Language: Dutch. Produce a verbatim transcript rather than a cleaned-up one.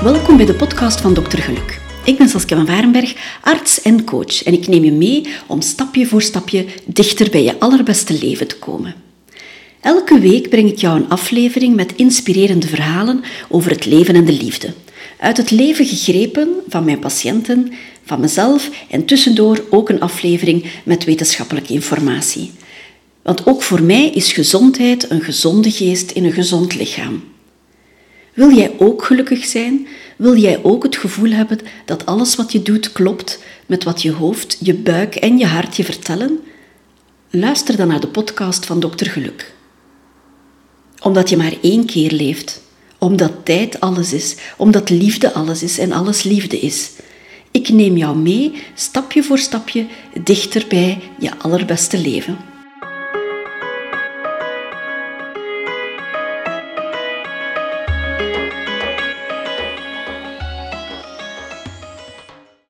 Welkom bij de podcast van dokter Geluk. Ik ben Saskia van Varenberg, arts en coach en ik neem je mee om stapje voor stapje dichter bij je allerbeste leven te komen. Elke week breng ik jou een aflevering met inspirerende verhalen over het leven en de liefde. Uit het leven gegrepen van mijn patiënten, van mezelf en tussendoor ook een aflevering met wetenschappelijke informatie. Want ook voor mij is gezondheid een gezonde geest in een gezond lichaam. Wil jij ook gelukkig zijn? Wil jij ook het gevoel hebben dat alles wat je doet klopt met wat je hoofd, je buik en je hart je vertellen? Luister dan naar de podcast van dokter Geluk. Omdat je maar één keer leeft, omdat tijd alles is, omdat liefde alles is en alles liefde is. Ik neem jou mee, stapje voor stapje, dichter bij je allerbeste leven.